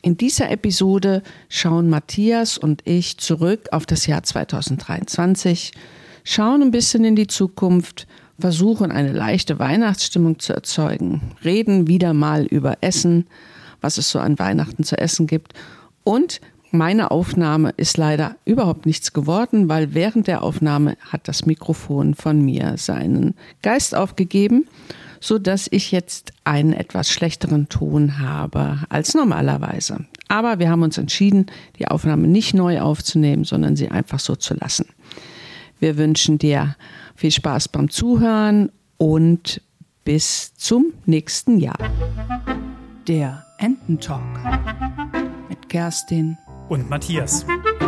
In dieser Episode schauen Matthias und ich zurück auf das Jahr 2023, schauen ein bisschen in die Zukunft, versuchen eine leichte Weihnachtsstimmung zu erzeugen, reden wieder mal über Essen, was es so an Weihnachten zu essen gibt. Und meine Aufnahme ist leider überhaupt nichts geworden, weil während der Aufnahme hat das Mikrofon von mir seinen Geist aufgegeben, sodass ich jetzt einen etwas schlechteren Ton habe als normalerweise. Aber wir haben uns entschieden, die Aufnahme nicht neu aufzunehmen, sondern sie einfach so zu lassen. Wir wünschen dir viel Spaß beim Zuhören und bis zum nächsten Jahr. Der Ententalk mit Kerstin und Matthias.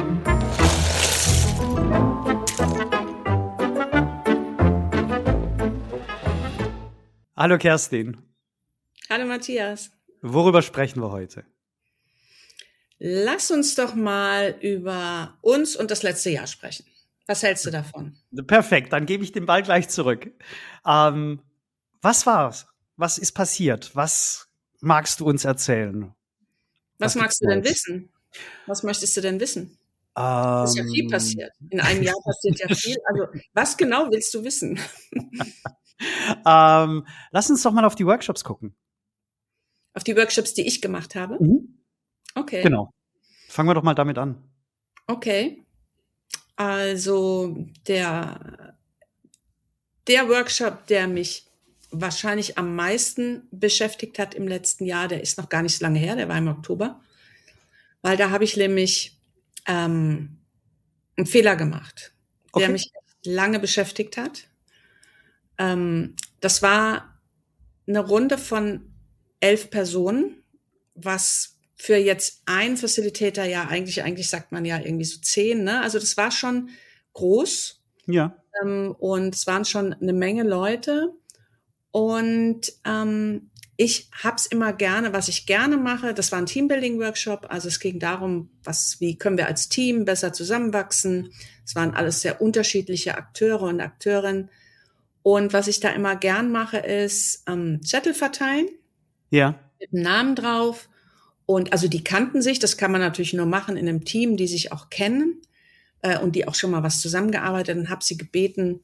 Hallo Kerstin. Hallo Matthias. Worüber sprechen wir heute? Lass uns doch mal über uns und das letzte Jahr sprechen. Was hältst du davon? Perfekt, dann gebe ich den Ball gleich zurück. Was war's? Was ist passiert? Was magst du uns erzählen? Was magst du denn wissen? Was möchtest du denn wissen? Es ist ja viel passiert. In einem Jahr passiert ja viel. Also, was genau willst du wissen? Lass uns doch mal auf die Workshops gucken. Auf die Workshops, die ich gemacht habe? Mhm. Okay. Genau. Fangen wir doch mal damit an. Okay. Also, der Workshop, der mich wahrscheinlich am meisten beschäftigt hat im letzten Jahr, der ist noch gar nicht so lange her, der war im Oktober, weil da habe ich nämlich einen Fehler gemacht, der mich lange beschäftigt hat. Das war eine Runde von 11 Personen, was für jetzt ein Facilitator ja eigentlich sagt man ja irgendwie so 10, ne? Also das war schon groß. Ja. Und es waren schon eine Menge Leute. Und ich hab's immer gerne, was ich gerne mache, das war ein Teambuilding-Workshop, also es ging darum, wie können wir als Team besser zusammenwachsen. Es waren alles sehr unterschiedliche Akteure und Akteurinnen. Und was ich da immer gern mache, ist Zettel verteilen. Ja. Mit einem Namen drauf. Und also die kannten sich, das kann man natürlich nur machen in einem Team, die sich auch kennen und die auch schon mal was zusammengearbeitet, und habe sie gebeten,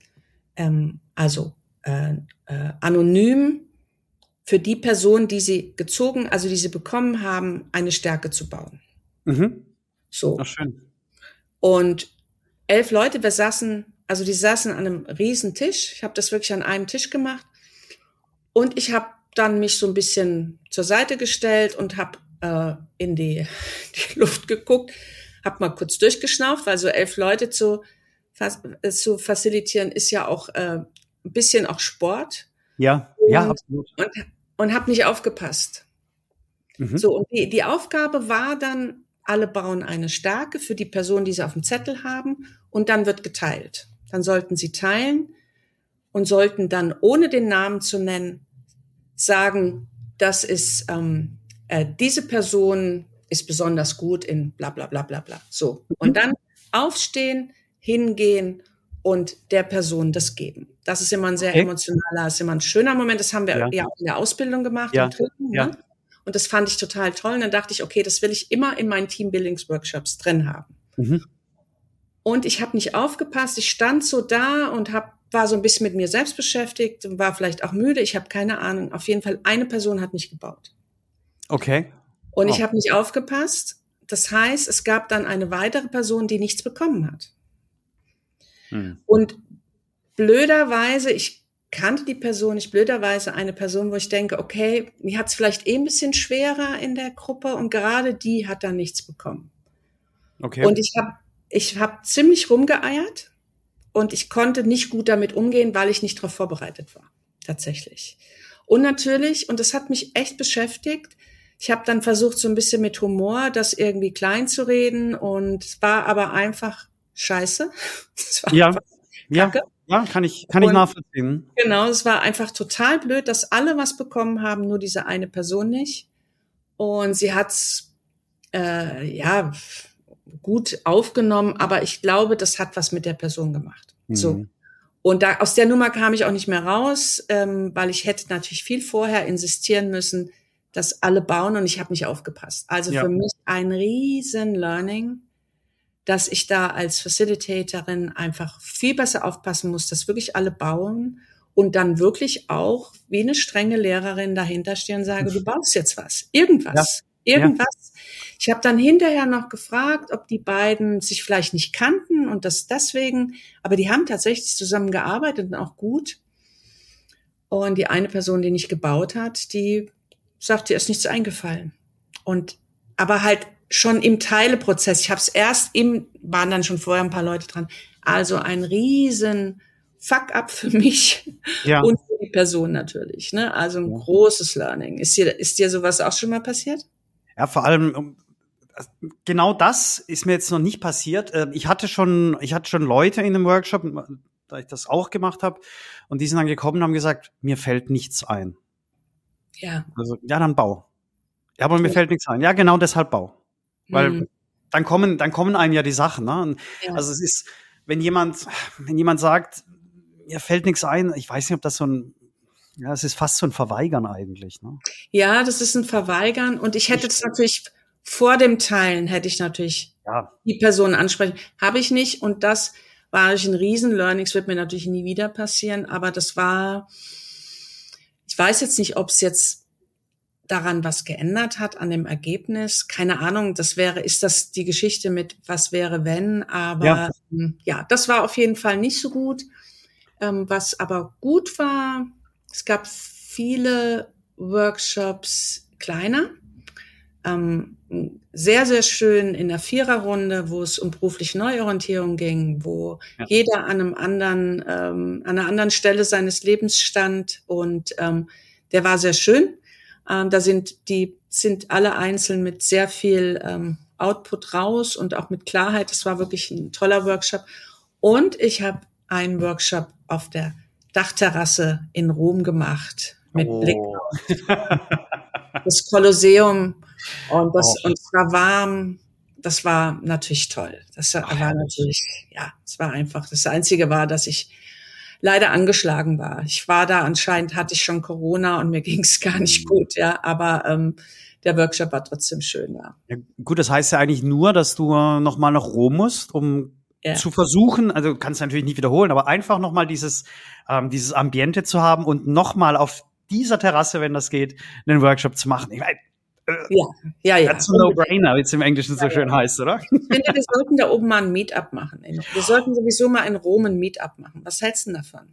anonym für die Person, die sie bekommen haben, eine Stärke zu bauen. Mhm. So. Ach, schön. Und 11 Leute, die saßen an einem riesen Tisch. Ich habe das wirklich an einem Tisch gemacht. Und ich habe dann mich so ein bisschen zur Seite gestellt und habe in die Luft geguckt, habe mal kurz durchgeschnauft, weil so 11 Leute zu facilitieren ist ja auch ein bisschen auch Sport. Ja, ja, absolut. Und habe nicht aufgepasst. Mhm. So, und die Aufgabe war dann, alle bauen eine Stärke für die Person, die sie auf dem Zettel haben, und dann wird geteilt. Dann sollten sie teilen und sollten dann, ohne den Namen zu nennen, sagen, das ist, diese Person ist besonders gut in bla bla bla bla bla. So. Und dann aufstehen, hingehen und der Person das geben. Das ist immer ein sehr emotionaler, ist immer ein schöner Moment. Das haben wir ja auch in der Ausbildung gemacht, im Training, ne? Und das fand ich total toll. Und dann dachte ich, okay, das will ich immer in meinen Teambuildings-Workshops drin haben. Mhm. Und ich habe nicht aufgepasst. Ich stand so da und war so ein bisschen mit mir selbst beschäftigt und war vielleicht auch müde. Ich habe keine Ahnung. Auf jeden Fall, eine Person hat nicht gebaut. Okay. Und ich habe nicht aufgepasst. Das heißt, es gab dann eine weitere Person, die nichts bekommen hat. Und blöderweise, ich kannte die Person nicht, blöderweise eine Person, wo ich denke, okay, die hat es vielleicht ein bisschen schwerer in der Gruppe und gerade die hat dann nichts bekommen. Okay. Und ich hab ziemlich rumgeeiert und ich konnte nicht gut damit umgehen, weil ich nicht darauf vorbereitet war, tatsächlich. Und natürlich, und das hat mich echt beschäftigt, ich habe dann versucht, so ein bisschen mit Humor das irgendwie klein zu reden, und es war aber einfach scheiße. Ja, kann ich nachvollziehen. Genau, es war einfach total blöd, dass alle was bekommen haben, nur diese eine Person nicht. Und sie hat's gut aufgenommen, aber ich glaube, das hat was mit der Person gemacht. So. Und aus der Nummer kam ich auch nicht mehr raus, weil ich hätte natürlich viel vorher insistieren müssen, dass alle bauen und ich habe nicht aufgepasst. Also für mich ein riesen Learning, dass ich da als Facilitatorin einfach viel besser aufpassen muss, dass wirklich alle bauen und dann wirklich auch wie eine strenge Lehrerin dahinter stehe und sage, du baust jetzt was, irgendwas. Ich habe dann hinterher noch gefragt, ob die beiden sich vielleicht nicht kannten und das deswegen, aber die haben tatsächlich zusammen gearbeitet und auch gut. Und die eine Person, die nicht gebaut hat, die sagt, ihr ist nichts eingefallen. Aber halt schon im Teileprozess. Ich habe es waren dann schon vorher ein paar Leute dran. Also ein riesen Fuck-up für mich und für die Person natürlich. Ne? Also ein großes Learning. Ist dir sowas auch schon mal passiert? Ja, vor allem genau das ist mir jetzt noch nicht passiert. Ich hatte schon Leute in einem Workshop, da ich das auch gemacht habe, und die sind dann gekommen und haben gesagt, mir fällt nichts ein. Ja. Also, ja, dann bau. Ja, aber mir fällt nichts ein. Ja, genau deshalb bau. Weil dann kommen einem ja die Sachen. Ne? Also es ist, wenn jemand sagt, mir fällt nichts ein, ich weiß nicht, ob das es ist fast so ein Verweigern eigentlich. Ne? Ja, das ist ein Verweigern. Und ich hätte es natürlich vor dem Teilen die Person ansprechen. Habe ich nicht. Und das war natürlich ein Riesen-Learning. Es wird mir natürlich nie wieder passieren. Aber ich weiß jetzt nicht, ob es jetzt daran was geändert hat an dem Ergebnis. Keine Ahnung. Ist das die Geschichte mit was wäre wenn? Aber das war auf jeden Fall nicht so gut. Was aber gut war, es gab viele Workshops kleiner, sehr, sehr schön in der Viererrunde, wo es um berufliche Neuorientierung ging, wo jeder an einer anderen Stelle seines Lebens stand und der war sehr schön. Da sind alle einzeln mit sehr viel Output raus und auch mit Klarheit. Das war wirklich ein toller Workshop. Und ich habe einen Workshop auf der Dachterrasse in Rom gemacht mit Blick auf das Kolosseum und es war warm. Das war natürlich toll. Das war natürlich, es war einfach. Das Einzige war, dass ich leider angeschlagen war. Ich war da, anscheinend hatte ich schon Corona und mir ging es gar nicht gut, aber der Workshop war trotzdem schön, Ja, gut, das heißt ja eigentlich nur, dass du nochmal nach Rom musst, um zu versuchen, also kannst du natürlich nicht wiederholen, aber einfach nochmal dieses Ambiente zu haben und nochmal auf dieser Terrasse, wenn das geht, einen Workshop zu machen. Ich meine, that's a no-brainer, wie es im Englischen so schön heißt, oder? Ich finde, wir sollten da oben mal ein Meetup machen. Wir sollten sowieso mal in Rom ein Meetup machen. Was hältst du denn davon?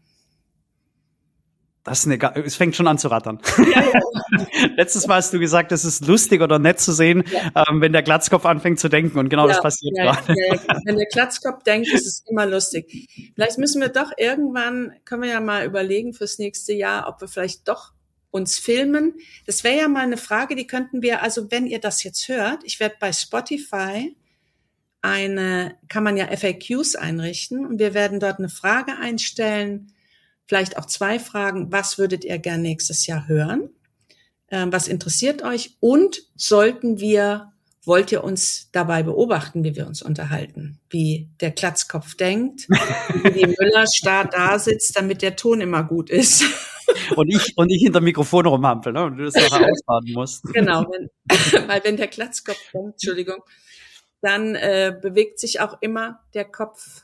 Es fängt schon an zu rattern. Letztes Mal hast du gesagt, es ist lustig oder nett zu sehen, wenn der Glatzkopf anfängt zu denken. Und genau das passiert gerade. Wenn der Glatzkopf denkt, ist es immer lustig. Vielleicht müssen wir doch können wir ja mal überlegen fürs nächste Jahr, ob wir vielleicht doch uns filmen. Das wäre ja mal eine Frage, die könnten wir, also wenn ihr das jetzt hört, ich werde bei Spotify kann man ja FAQs einrichten und wir werden dort eine Frage einstellen, vielleicht auch 2 Fragen. Was würdet ihr gern nächstes Jahr hören? Was interessiert euch? Und wollt ihr uns dabei beobachten, wie wir uns unterhalten? Wie der Glatzkopf denkt, wie die Müller starr da sitzt, damit der Ton immer gut ist. Und ich hinter dem Mikrofon rumhampel, ne? Und du das nachher ausbaden musst. Genau, weil wenn der Glatzkopf denkt, Entschuldigung, dann bewegt sich auch immer der Kopf.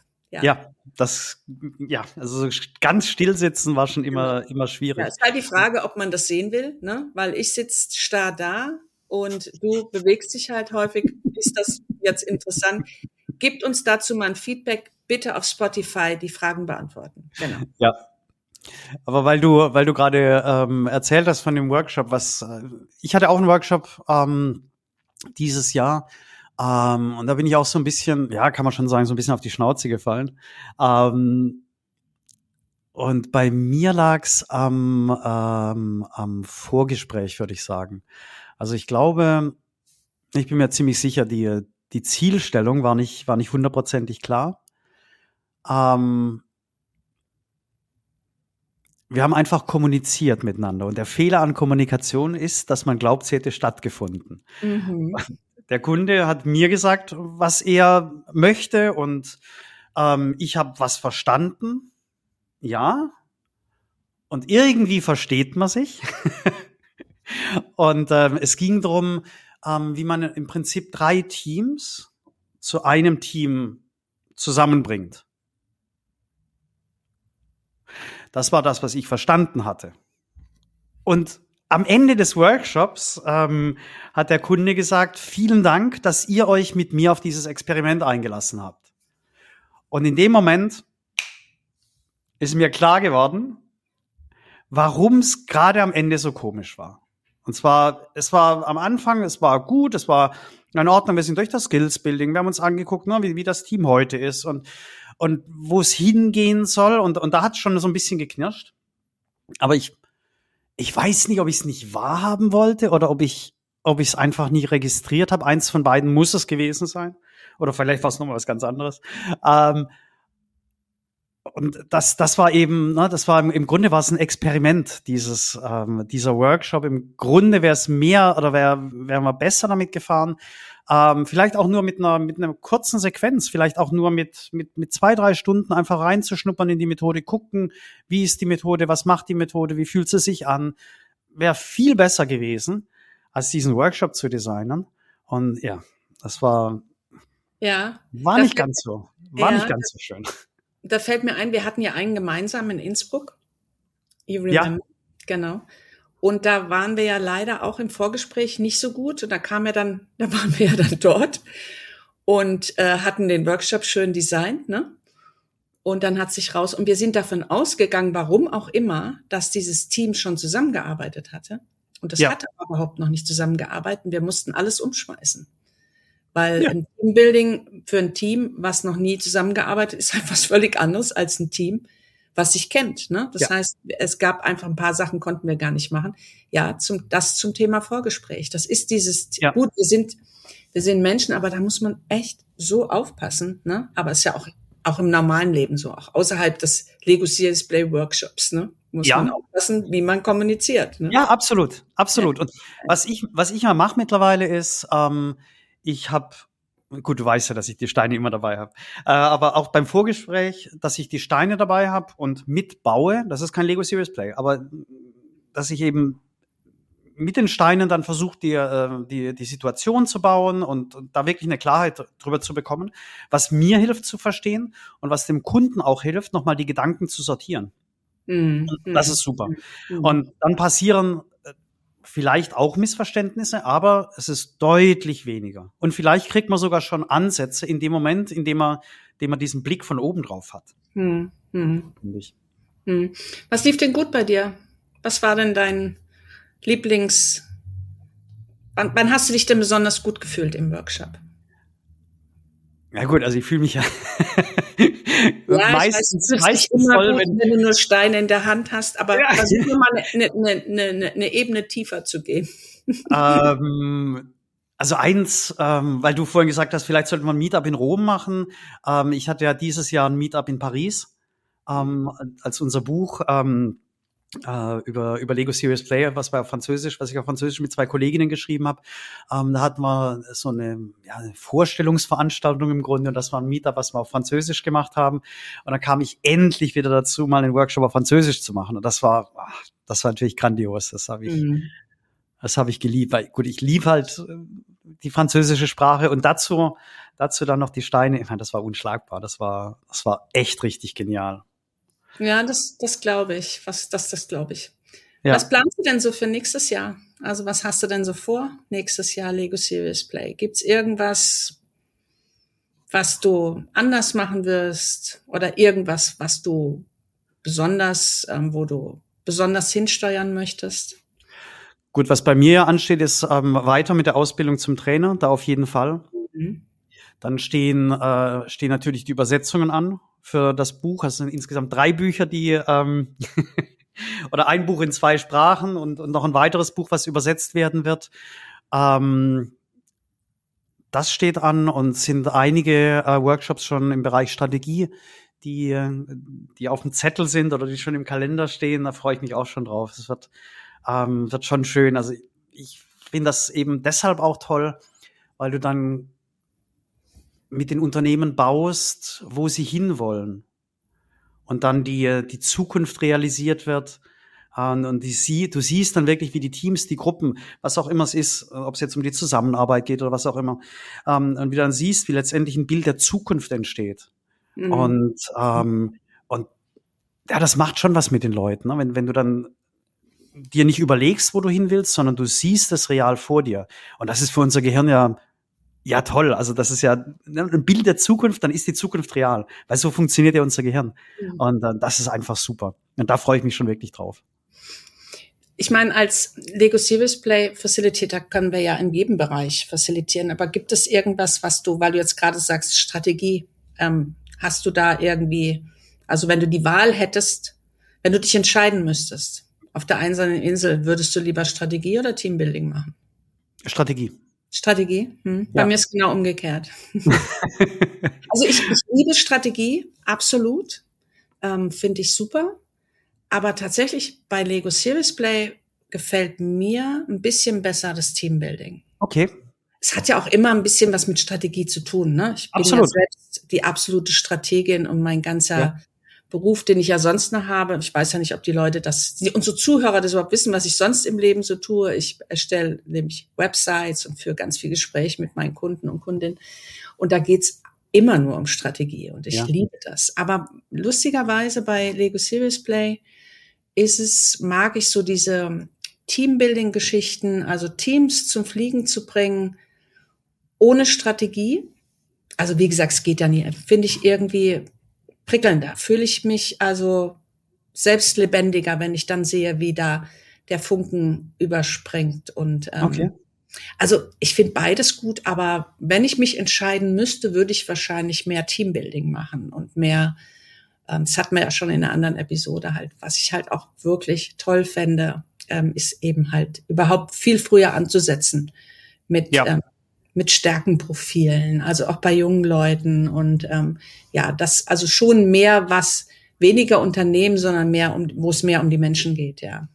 Also ganz still sitzen war schon immer schwierig. Ja, ist halt die Frage, ob man das sehen will, ne? Weil ich sitze starr da und du bewegst dich halt häufig. Ist das jetzt interessant? Gebt uns dazu mal ein Feedback, bitte auf Spotify die Fragen beantworten. Genau. Ja. Aber weil du gerade erzählt hast von dem Workshop, ich hatte auch einen Workshop dieses Jahr. Und da bin ich auch so ein bisschen, kann man schon sagen, so ein bisschen auf die Schnauze gefallen. Und bei mir lag's am Vorgespräch, würde ich sagen. Also ich glaube, ich bin mir ziemlich sicher, die Zielstellung war nicht 100%ig klar. Wir haben einfach kommuniziert miteinander. Und der Fehler an Kommunikation ist, dass man glaubt, sie hätte stattgefunden. Mhm. Der Kunde hat mir gesagt, was er möchte und ich habe was verstanden. Ja. Und irgendwie versteht man sich. Und es ging darum, wie man im Prinzip 3 Teams zu einem Team zusammenbringt. Das war das, was ich verstanden hatte. Und am Ende des Workshops hat der Kunde gesagt, vielen Dank, dass ihr euch mit mir auf dieses Experiment eingelassen habt. Und in dem Moment ist mir klar geworden, warum es gerade am Ende so komisch war. Und zwar, es war am Anfang, es war gut, es war in Ordnung, wir sind durch das Skills-Building, wir haben uns angeguckt, ne, wie das Team heute ist und wo es hingehen soll. Und da hat es schon so ein bisschen geknirscht. Aber ich weiß nicht, ob ich es nicht wahrhaben wollte oder ob ich es einfach nie registriert habe. Eins von beiden muss es gewesen sein. Oder vielleicht war es nochmal was ganz anderes. Und das war eben, ne, das war im Grunde war es ein Experiment, dieser Workshop. Im Grunde wäre es mehr oder wären wir besser damit gefahren. Vielleicht auch nur mit einer kurzen Sequenz, vielleicht auch nur mit 2, 3 Stunden einfach reinzuschnuppern in die Methode, gucken, wie ist die Methode, was macht die Methode, wie fühlt sie sich an. Wäre viel besser gewesen, als diesen Workshop zu designen. Und ja, das war nicht ganz so schön. Da fällt mir ein, wir hatten ja einen gemeinsam in Innsbruck. You remember? Ja. Genau. Und da waren wir ja leider auch im Vorgespräch nicht so gut. Und da waren wir ja dann dort und hatten den Workshop schön designt, ne? Und dann hat sich raus, und wir sind davon ausgegangen, warum auch immer, dass dieses Team schon zusammengearbeitet hatte. Und das hatte aber überhaupt noch nicht zusammengearbeitet. Wir mussten alles umschmeißen. Weil ein Teambuilding für ein Team, was noch nie zusammengearbeitet ist, halt was völlig anderes als ein Team, was sich kennt. Ne? Das heißt, es gab einfach ein paar Sachen, konnten wir gar nicht machen. Ja, das zum Thema Vorgespräch. Das ist gut, wir sind Menschen, aber da muss man echt so aufpassen. Ne? Aber es ist ja auch im normalen Leben so, auch außerhalb des Lego Serious Play Workshops, ne? Muss man aufpassen, wie man kommuniziert. Ne? Ja, absolut. Ja. Und was ich mal mache mittlerweile ist, ich habe, gut, du weißt ja, dass ich die Steine immer dabei habe, aber auch beim Vorgespräch, dass ich die Steine dabei habe und mitbaue, das ist kein Lego Serious Play, aber dass ich eben mit den Steinen dann versuche, die Situation zu bauen und da wirklich eine Klarheit drüber zu bekommen, was mir hilft zu verstehen und was dem Kunden auch hilft, nochmal die Gedanken zu sortieren. Das ist super. Und dann passieren vielleicht auch Missverständnisse, aber es ist deutlich weniger. Und vielleicht kriegt man sogar schon Ansätze in dem Moment, in dem man diesen Blick von oben drauf hat. Was lief denn gut bei dir? Was war denn dein wann hast du dich denn besonders gut gefühlt im Workshop? Ja gut, also ich fühle mich ja meistens immer voll, gut, wenn du nur Steine in der Hand hast, aber versuch nur mal eine Ebene tiefer zu gehen. Also weil du vorhin gesagt hast, vielleicht sollte man ein Meetup in Rom machen. Ich hatte ja dieses Jahr ein Meetup in Paris, als unser Buch über Lego Serious Play, was ich auf Französisch mit 2 Kolleginnen geschrieben habe. Da hatten wir so eine Vorstellungsveranstaltung im Grunde und das war ein Meetup, was wir auf Französisch gemacht haben. Und dann kam ich endlich wieder dazu, mal einen Workshop auf Französisch zu machen. Und das war natürlich grandios. Das habe ich geliebt. Weil, gut, ich liebe halt die französische Sprache und dazu dann noch die Steine. Ich meine, das war unschlagbar. Das war echt richtig genial. Ja, das glaube ich. Das glaube ich. Ja. Was planst du denn so für nächstes Jahr? Also was hast du denn so vor nächstes Jahr Lego Serious Play? Gibt's irgendwas, was du anders machen wirst oder irgendwas, was du wo du besonders hinsteuern möchtest? Gut, was bei mir ansteht, ist weiter mit der Ausbildung zum Trainer, da auf jeden Fall. Dann stehen natürlich die Übersetzungen an für das Buch. Es sind insgesamt 3 Bücher, die oder ein Buch in 2 Sprachen und noch ein weiteres Buch, was übersetzt werden wird. Das steht an und sind einige Workshops schon im Bereich Strategie, die auf dem Zettel sind oder die schon im Kalender stehen. Da freue ich mich auch schon drauf. Es wird schon schön. Also ich finde das eben deshalb auch toll, weil du dann mit den Unternehmen baust, wo sie hinwollen und dann die Zukunft realisiert wird, Und du siehst dann wirklich, wie die Teams, die Gruppen, was auch immer es ist, ob es jetzt um die Zusammenarbeit geht oder was auch immer, und wie du dann siehst, wie letztendlich ein Bild der Zukunft entsteht. Und ja, das macht schon was mit den Leuten, ne? Wenn du dann dir nicht überlegst, wo du hin willst, sondern du siehst es real vor dir. Und das ist für unser Gehirn ja toll. Also das ist ja ein Bild der Zukunft, dann ist die Zukunft real. Weil so funktioniert ja unser Gehirn. Und das ist einfach super. Und da freue ich mich schon wirklich drauf. Ich meine, als Lego Serious Play Facilitator können wir ja in jedem Bereich facilitieren. Aber gibt es irgendwas, was du, weil du jetzt gerade sagst, Strategie, hast du da irgendwie, also wenn du die Wahl hättest, wenn du dich entscheiden müsstest, auf der einsamen Insel, würdest du lieber Strategie oder Teambuilding machen? Strategie. Strategie? Bei mir ist genau umgekehrt. Also ich liebe Strategie, absolut. Finde ich super. Aber tatsächlich bei Lego Serious Play gefällt mir ein bisschen besser das Teambuilding. Okay. Es hat ja auch immer ein bisschen was mit Strategie zu tun, ne? Ich bin ja selbst die absolute Strategin und mein ganzer Beruf, den ich ja sonst noch habe. Ich weiß ja nicht, ob die Leute unsere Zuhörer das überhaupt wissen, was ich sonst im Leben so tue. Ich erstelle nämlich Websites und führe ganz viel Gespräche mit meinen Kunden und Kundinnen. Und da geht's immer nur um Strategie und ich liebe das. Aber lustigerweise bei Lego Serious Play mag ich so diese Teambuilding-Geschichten, also Teams zum Fliegen zu bringen, ohne Strategie. Also wie gesagt, es geht ja nie. Finde ich irgendwie prickelnder. Fühle ich mich also selbst lebendiger, wenn ich dann sehe, wie da der Funken überspringt. Und also ich finde beides gut, aber wenn ich mich entscheiden müsste, würde ich wahrscheinlich mehr Teambuilding machen und mehr. Das hatten wir ja schon in einer anderen Episode halt. Was ich halt auch wirklich toll fände, ist eben halt überhaupt viel früher anzusetzen mit Stärkenprofilen, also auch bei jungen Leuten und das also schon mehr weniger Unternehmen, sondern wo es mehr um die Menschen geht, ja.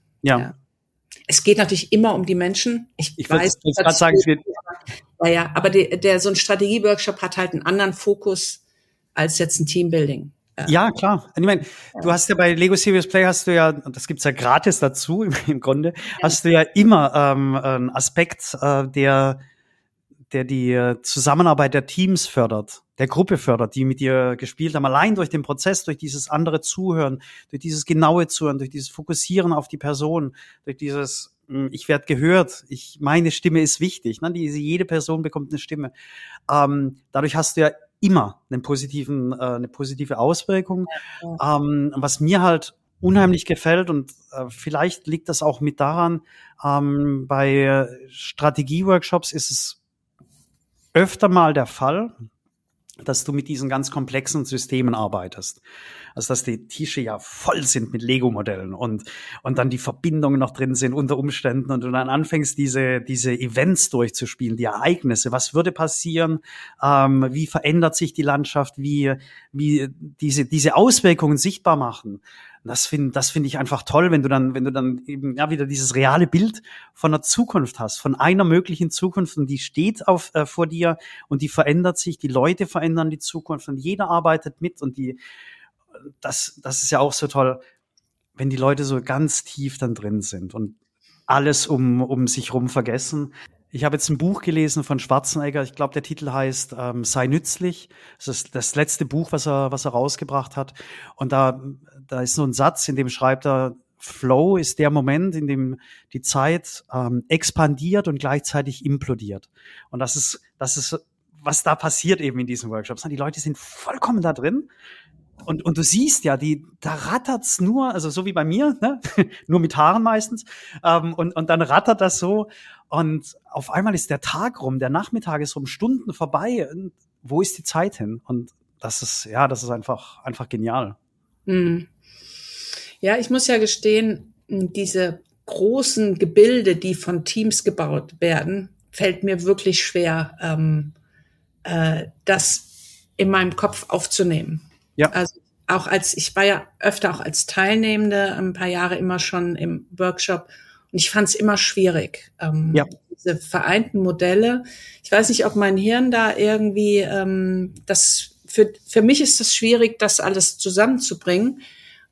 Es geht natürlich immer um die Menschen. Ich weiß, gerade sagen, es wird aber so ein Strategieworkshop hat halt einen anderen Fokus als jetzt ein Teambuilding. Ja, klar. Ich meine, du hast ja bei Lego Serious Play und das gibt's ja gratis dazu im Grunde, hast du ja immer einen Aspekt, der die Zusammenarbeit der Teams fördert, der Gruppe fördert, die mit dir gespielt haben. Allein durch den Prozess, durch dieses andere Zuhören, durch dieses genaue Zuhören, durch dieses Fokussieren auf die Person, durch dieses ich werde gehört, meine Stimme ist wichtig. Ne? Jede Person bekommt eine Stimme. Dadurch hast du ja immer eine positive Auswirkung. Was mir halt unheimlich gefällt und vielleicht liegt das auch mit daran, bei Strategieworkshops ist es öfter mal der Fall, dass du mit diesen ganz komplexen Systemen arbeitest. Also dass die Tische ja voll sind mit Lego-Modellen und dann die Verbindungen noch drin sind unter Umständen und du dann anfängst, diese Events durchzuspielen, die Ereignisse. Was würde passieren? Wie verändert sich die Landschaft? Wie diese Auswirkungen sichtbar machen? Das finde ich einfach toll, wenn du dann eben wieder dieses reale Bild von der Zukunft hast, von einer möglichen Zukunft und die steht vor dir und die verändert sich, die Leute verändern die Zukunft und jeder arbeitet mit und das ist ja auch so toll, wenn die Leute so ganz tief dann drin sind und alles um sich rum vergessen. Ich habe jetzt ein Buch gelesen von Schwarzenegger. Ich glaube, der Titel heißt Sei nützlich. Das ist das letzte Buch, was er rausgebracht hat. Und da ist so ein Satz, in dem schreibt er, Flow ist der Moment, in dem die Zeit expandiert und gleichzeitig implodiert. Und das ist, was da passiert eben in diesen Workshops. Die Leute sind vollkommen da drin. Und du siehst ja, da rattert's nur, also so wie bei mir, ne? Nur mit Haaren meistens. Und dann rattert das so. Und auf einmal ist der Tag rum, der Nachmittag ist rum, Stunden vorbei. Und wo ist die Zeit hin? Und das ist einfach genial. Ja, ich muss ja gestehen, diese großen Gebilde, die von Teams gebaut werden, fällt mir wirklich schwer, das in meinem Kopf aufzunehmen. Ja. Also ich war ja öfter auch als Teilnehmende ein paar Jahre immer schon im Workshop und ich fand es immer schwierig. Diese vereinten Modelle. Ich weiß nicht, ob mein Hirn da irgendwie für mich ist das schwierig, das alles zusammenzubringen.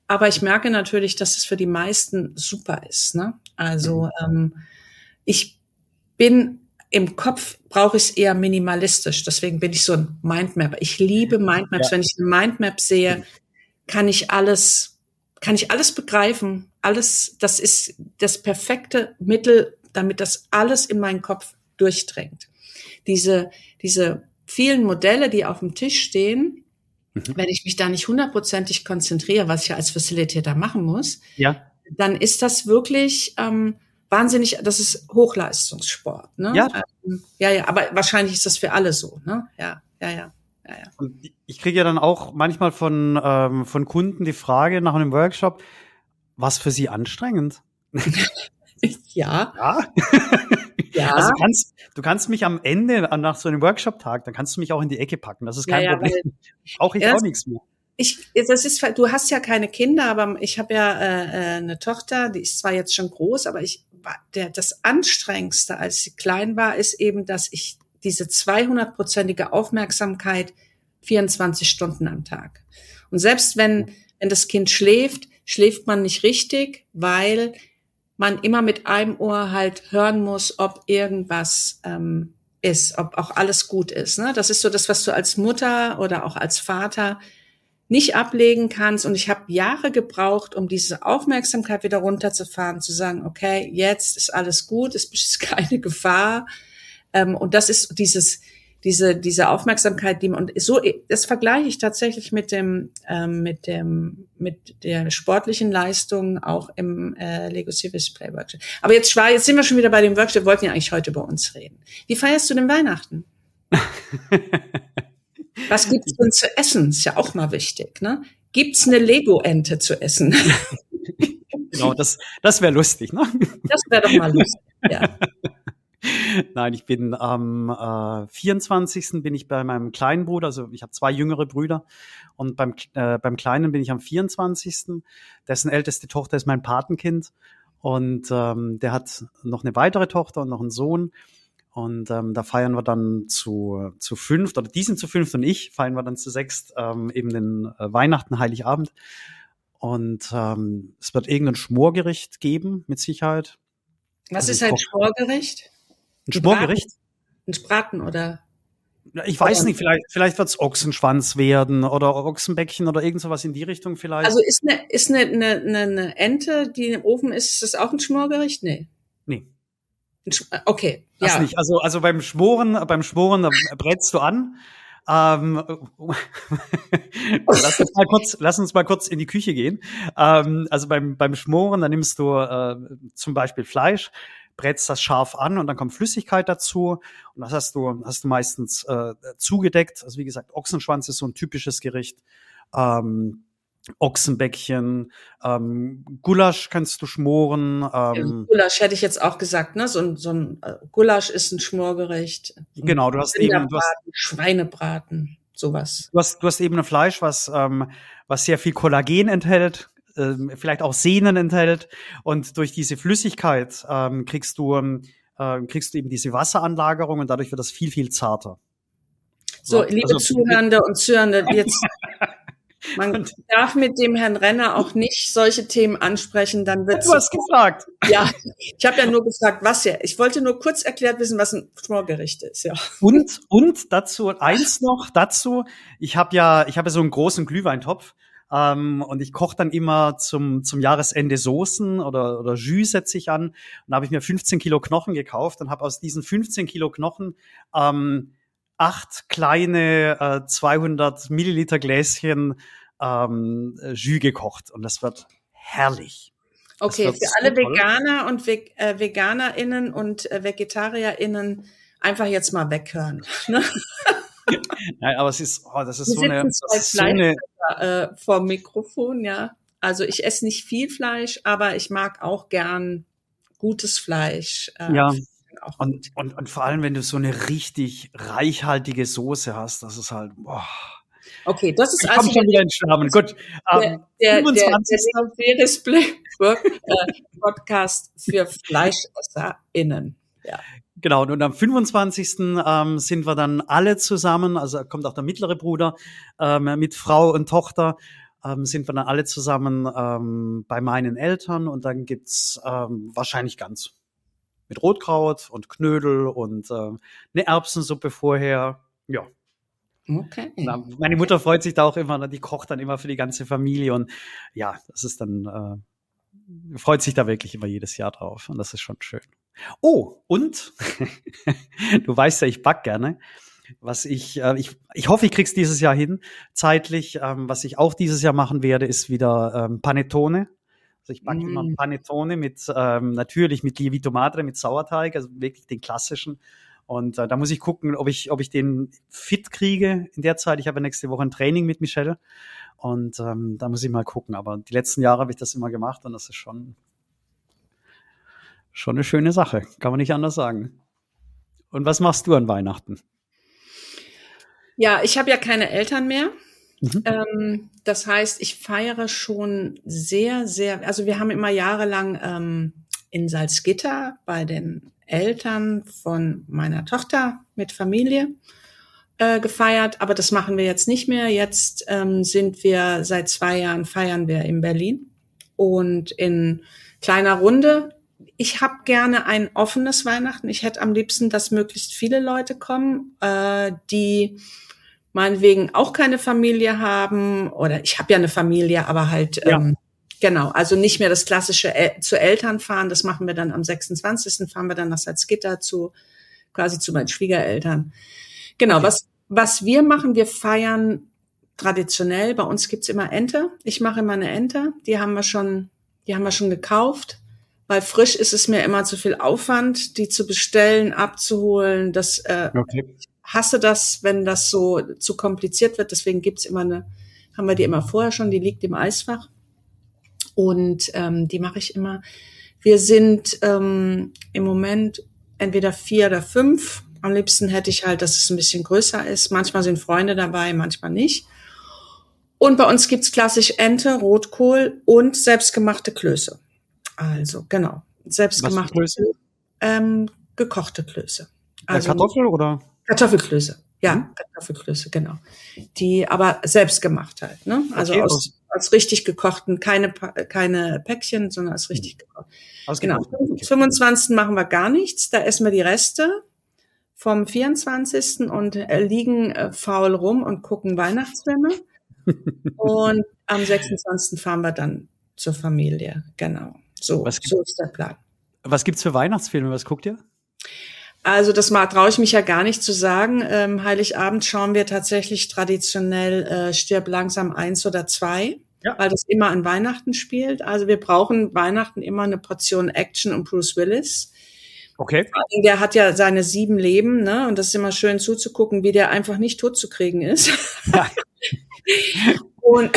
aber ich merke natürlich, dass es für die meisten super ist. Ne? Also ich bin im Kopf, brauche ich es eher minimalistisch. Deswegen bin ich so ein Mindmapper. Ich liebe Mindmaps. Ja. Wenn ich eine Mindmap sehe, kann ich alles begreifen. Alles, das ist das perfekte Mittel, damit das alles in meinen Kopf durchdringt. Diese vielen Modelle, die auf dem Tisch stehen, wenn ich mich da nicht 100%ig konzentriere, was ich ja als Facilitator machen muss, dann ist das wirklich wahnsinnig, das ist Hochleistungssport. Ne? Ja, aber wahrscheinlich ist das für alle so. Ne? Ja. Und ich kriege ja dann auch manchmal von Kunden die Frage nach einem Workshop, was für sie anstrengend? Ja. Ja. Also du kannst mich am Ende nach so einem Workshop-Tag, dann kannst du mich auch in die Ecke packen. Das ist kein Problem. Brauche ich auch nichts mehr. Du hast ja keine Kinder, aber ich habe ja eine Tochter, die ist zwar jetzt schon groß, aber das Anstrengendste, als sie klein war, ist eben, dass ich diese 200%ige Aufmerksamkeit 24 Stunden am Tag. Und selbst wenn das Kind schläft man nicht richtig, weil man immer mit einem Ohr halt hören muss, ob irgendwas ist, ob auch alles gut ist. Ne? Das ist so das, was du als Mutter oder auch als Vater nicht ablegen kannst. Und ich habe Jahre gebraucht, um diese Aufmerksamkeit wieder runterzufahren, zu sagen, okay, jetzt ist alles gut, es ist keine Gefahr. Und das ist diese Aufmerksamkeit, das vergleiche ich tatsächlich mit der sportlichen Leistung auch im Lego Civis Play Workshop. Aber jetzt sind wir schon wieder bei dem Workshop. Wir wollten ja eigentlich heute über uns reden. Wie feierst du denn Weihnachten? Was gibt's denn zu essen? Ist ja auch mal wichtig, ne? Gibt's eine Lego-Ente zu essen? Genau, das wäre lustig, ne? Das wäre doch mal lustig, ja. Nein, ich bin am 24. bin ich bei meinem kleinen Bruder, also ich habe 2 jüngere Brüder und beim Kleinen bin ich am 24. Dessen älteste Tochter ist mein Patenkind und der hat noch eine weitere Tochter und noch einen Sohn und da feiern wir dann zu 5 oder die sind zu 5 und ich feiern wir dann zu 6 eben den Weihnachten, Heiligabend und es wird irgendein Schmorgericht geben, mit Sicherheit. Was ist ein Schmorgericht? Ein Schmorgericht? Ein Braten oder? Ich weiß nicht, vielleicht wird's Ochsenschwanz werden oder Ochsenbäckchen oder irgend sowas in die Richtung vielleicht. Also ist eine Ente, die im Ofen ist das auch ein Schmorgericht? Nee. Okay, das ja. Nicht. Also beim Schmoren, da brätst du an. Lass uns mal kurz in die Küche gehen. Also beim Schmoren, da nimmst du zum Beispiel Fleisch, brätst das scharf an und dann kommt Flüssigkeit dazu und das hast du meistens zugedeckt. Also wie gesagt, Ochsenschwanz ist so ein typisches Gericht. Ochsenbäckchen, Gulasch kannst du schmoren. Gulasch hätte ich jetzt auch gesagt, ne? So ein Gulasch ist ein Schmorgericht. Genau, du hast eben Schweinebraten, sowas. Du hast eben ein Fleisch, was sehr viel Kollagen enthält, vielleicht auch Sehnen enthält und durch diese Flüssigkeit kriegst du eben diese Wasseranlagerung und dadurch wird das viel, viel zarter. So, liebe Zuhörende und Zuhörende, jetzt man darf mit dem Herrn Renner auch nicht solche Themen ansprechen, dann wird's. Du hast gefragt. Ja, ich habe ja nur gefragt, was ja. Ich wollte nur kurz erklärt wissen, was ein Schmorgericht ist, ja. Und dazu eins noch dazu. Ich habe ja so einen großen Glühweintopf. Und ich koche dann immer zum Jahresende Soßen oder Jus setze ich an. Und da habe ich mir 15 Kilo Knochen gekauft und habe aus diesen 15 Kilo Knochen 8 kleine 200 Milliliter Gläschen Jus gekocht. Und das wird herrlich. Okay, für alle Veganer und VeganerInnen und VegetarierInnen einfach jetzt mal weghören. Nein, aber das ist so eine vor Mikrofon, ja. Also ich esse nicht viel Fleisch, aber ich mag auch gern gutes Fleisch. Ja. Und vor allem, wenn du so eine richtig reichhaltige Soße hast, das ist halt, boah. Okay, das ist also schon wieder in Schwärmen. Gut. Der Podcast für FleischesserInnen. Ja. Genau, und am 25. sind wir dann alle zusammen, also kommt auch der mittlere Bruder mit Frau und Tochter sind wir dann alle zusammen bei meinen Eltern und dann gibt's wahrscheinlich Gans mit Rotkraut und Knödel und eine Erbsensuppe vorher. Ja. Okay. Na, meine Mutter freut sich da auch immer, die kocht dann immer für die ganze Familie und ja, das ist dann, freut sich da wirklich immer jedes Jahr drauf und das ist schon schön. Oh, und du weißt ja, ich back gerne. Was ich hoffe, ich krieg's dieses Jahr hin, zeitlich. Was ich auch dieses Jahr machen werde, ist wieder Panettone. Also ich backe immer Panettone mit natürlich mit Lievito Madre, mit Sauerteig, also wirklich den klassischen. Und da muss ich gucken, ob ich den fit kriege in der Zeit. Ich habe nächste Woche ein Training mit Michelle und da muss ich mal gucken. Aber die letzten Jahre habe ich das immer gemacht und das ist schon eine schöne Sache, kann man nicht anders sagen. Und was machst du an Weihnachten? Ja, ich habe ja keine Eltern mehr. Das heißt, ich feiere schon sehr, sehr, also wir haben immer jahrelang in Salzgitter bei den Eltern von meiner Tochter mit Familie gefeiert, aber das machen wir jetzt nicht mehr. Jetzt sind wir seit 2 Jahren feiern wir in Berlin und in kleiner Runde. Ich habe gerne ein offenes Weihnachten. Ich hätte am liebsten, dass möglichst viele Leute kommen, die meinetwegen auch keine Familie haben oder ich habe ja eine Familie, aber halt genau, also nicht mehr das klassische zu Eltern fahren, das machen wir dann am 26. fahren wir dann nach Salzgitter quasi zu meinen Schwiegereltern. Genau, okay. Was wir machen, wir feiern traditionell, bei uns gibt's immer Ente. Ich mache immer eine Ente, die haben wir schon gekauft, weil frisch ist es mir immer zu viel Aufwand, die zu bestellen, abzuholen, das okay. Hasse das, wenn das so zu kompliziert wird. Deswegen haben wir die immer vorher schon, die liegt im Eisfach. Und die mache ich immer. Wir sind im Moment entweder 4 oder 5. Am liebsten hätte ich halt, dass es ein bisschen größer ist. Manchmal sind Freunde dabei, manchmal nicht. Und bei uns gibt's klassisch Ente, Rotkohl und selbstgemachte Klöße. Also genau, selbstgemachte Klöße. Gekochte Klöße. Also Kartoffel oder? Kartoffelklöße, ja, Kartoffelklöße, genau. Die aber selbst gemacht halt, ne? Also okay, aus richtig gekochten, keine Päckchen, sondern aus richtig gekocht. Genau. Okay. 25. machen wir gar nichts, da essen wir die Reste vom 24. und liegen faul rum und gucken Weihnachtsfilme. Und am 26. fahren wir dann zur Familie, genau. So ist der Plan. Was gibt's für Weihnachtsfilme? Was guckt ihr? Also das traue ich mich ja gar nicht zu sagen. Heiligabend schauen wir tatsächlich traditionell Stirb langsam 1 oder 2, weil das immer an Weihnachten spielt. Also wir brauchen Weihnachten immer eine Portion Action und Bruce Willis. Okay. Der hat ja seine 7 Leben, ne? Und das ist immer schön zuzugucken, wie der einfach nicht tot zu kriegen ist. Ja. Und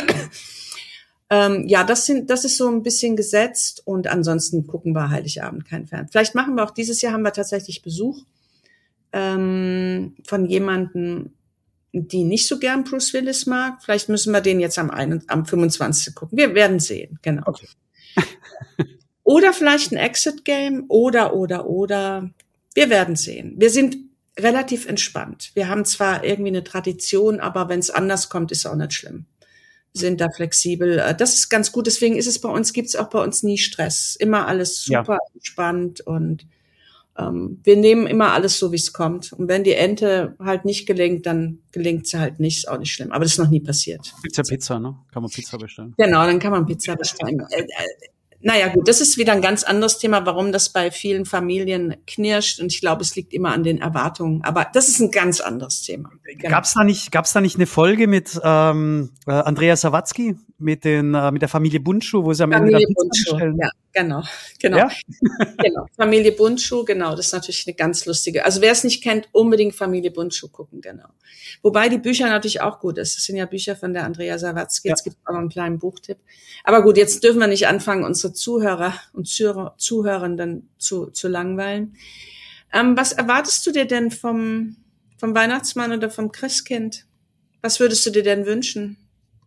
das ist so ein bisschen gesetzt und ansonsten gucken wir Heiligabend kein Fern. Vielleicht machen wir auch dieses Jahr, haben wir tatsächlich Besuch von jemandem, die nicht so gern Bruce Willis mag. Vielleicht müssen wir den jetzt am 25. gucken. Wir werden sehen, genau. Okay. Oder vielleicht ein Exit-Game oder. Wir werden sehen. Wir sind relativ entspannt. Wir haben zwar irgendwie eine Tradition, aber wenn es anders kommt, ist auch nicht schlimm. Sind da flexibel. Das ist ganz gut. Deswegen gibt's auch bei uns nie Stress. Immer alles super entspannt und wir nehmen immer alles so, wie es kommt. Und wenn die Ente halt nicht gelingt, dann gelingt sie halt nicht. Ist auch nicht schlimm. Aber das ist noch nie passiert. Gibt's ja Pizza, ne? Kann man Pizza bestellen. Genau, dann kann man Pizza bestellen. Naja, gut, das ist wieder ein ganz anderes Thema, warum das bei vielen Familien knirscht. Und ich glaube, es liegt immer an den Erwartungen. Aber das ist ein ganz anderes Thema. Genau. Gab's da nicht eine Folge mit Andrea Sawatzki, mit der Familie Bundschuh, wo sie am Ende Familie Bundschuh bestellen? Ja, genau. Ja? Genau. Familie Bundschuh, genau. Das ist natürlich eine ganz lustige. Also wer es nicht kennt, unbedingt Familie Bundschuh gucken, genau. Wobei die Bücher natürlich auch gut ist. Das sind ja Bücher von der Andrea Sawatzki. Jetzt gibt es auch noch einen kleinen Buchtipp. Aber gut, jetzt dürfen wir nicht anfangen, unsere Zuhörer und Zuhörenden zu langweilen. Was erwartest du dir denn vom Weihnachtsmann oder vom Christkind? Was würdest du dir denn wünschen?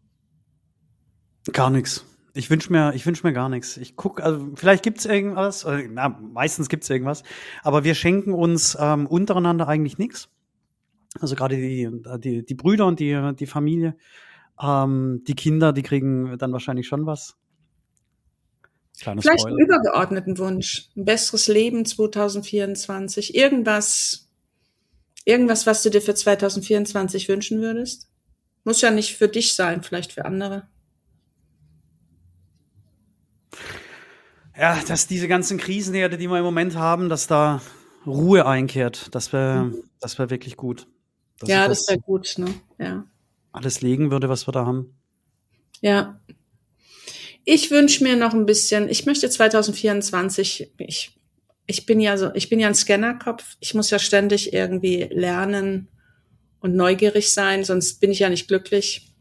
Gar nichts. Ich wünsch mir gar nichts. Ich guck, also vielleicht gibt's irgendwas, meistens gibt's irgendwas, aber wir schenken uns untereinander eigentlich nichts. Also gerade die Brüder und die Familie. Die Kinder, die kriegen dann wahrscheinlich schon was. Kleiner Vielleicht Spoiler. einen übergeordneten Wunsch. Ein besseres Leben 2024. Irgendwas, was du dir für 2024 wünschen würdest? Muss ja nicht für dich sein, vielleicht für andere. Ja, dass diese ganzen Krisenherde, die wir im Moment haben, dass da Ruhe einkehrt. Das wäre wirklich gut. Ja, das wäre gut, ne? Ja. Alles legen würde, was wir da haben. Ja. Ich wünsche mir noch ein bisschen, ich möchte 2024, ich bin ja ein Scannerkopf. Ich muss ja ständig irgendwie lernen und neugierig sein, sonst bin ich ja nicht glücklich.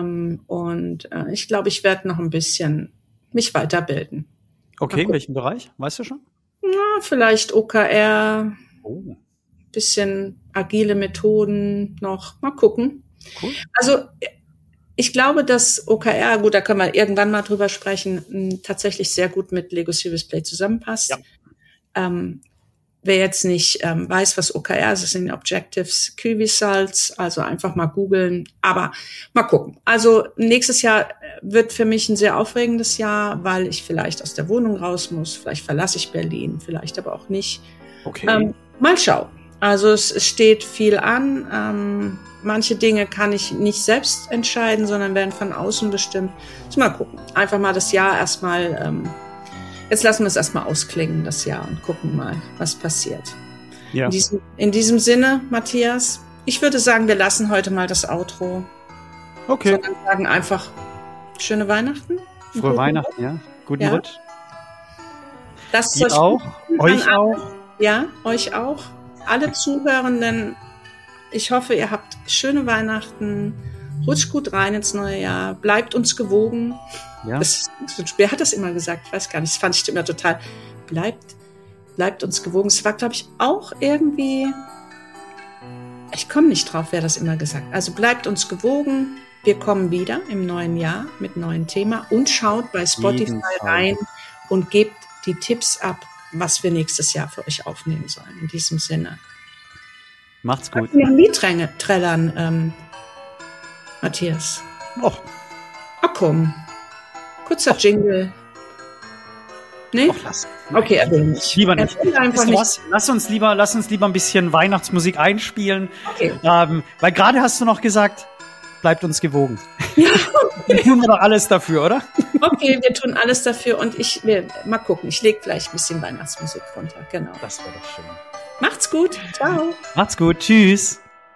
Ich glaube, ich werde noch ein bisschen mich weiterbilden. Okay, in welchem Bereich? Weißt du schon? Ja, vielleicht OKR, bisschen agile Methoden noch. Mal gucken. Cool. Also ich glaube, dass OKR, gut, da können wir irgendwann mal drüber sprechen, tatsächlich sehr gut mit Lego Serious Play zusammenpasst. Ja. Wer jetzt nicht weiß, was OKR ist, das sind Objectives Key Results, also einfach mal googeln, aber mal gucken. Also nächstes Jahr wird für mich ein sehr aufregendes Jahr, weil ich vielleicht aus der Wohnung raus muss, vielleicht verlasse ich Berlin, vielleicht aber auch nicht. Okay. Mal schauen. Also es steht viel an. Manche Dinge kann ich nicht selbst entscheiden, sondern werden von außen bestimmt. Also mal gucken. Einfach mal das Jahr erstmal, jetzt lassen wir es erstmal ausklingen, das Jahr, und gucken mal, was passiert. Ja. In diesem Sinne, Matthias, ich würde sagen, wir lassen heute mal das Outro. Okay. Sondern sagen einfach schöne Weihnachten. Frohe Weihnachten, ja. Guten Rutsch. Das euch auch. Euch auch. Ja, euch auch. Alle Zuhörenden, ich hoffe, ihr habt schöne Weihnachten, rutscht gut rein ins neue Jahr, bleibt uns gewogen. Ja. Wer hat das immer gesagt? Ich weiß gar nicht, das fand ich immer total. Bleibt uns gewogen. Es war, glaube ich, auch irgendwie, ich komme nicht drauf, wer das immer gesagt hat. Also bleibt uns gewogen. Wir kommen wieder im neuen Jahr mit neuen Thema und schaut bei Spotify rein und gebt die Tipps ab, was wir nächstes Jahr für euch aufnehmen sollen. In diesem Sinne. Macht's gut. Wir ein Lied trällern, Matthias. Och. Ach komm. Kurzer Jingle. Nee? Och, lass. Okay, er will nicht. Lieber nicht. Lass uns lieber ein bisschen Weihnachtsmusik einspielen. Okay. Weil gerade hast du noch gesagt, bleibt uns gewogen. Ja. Dann tun wir doch alles dafür, oder? Okay, wir tun alles dafür und mal gucken. Ich lege vielleicht ein bisschen Weihnachtsmusik runter. Genau. Das wäre doch schön. Macht's gut. Ciao. Macht's gut. Tschüss.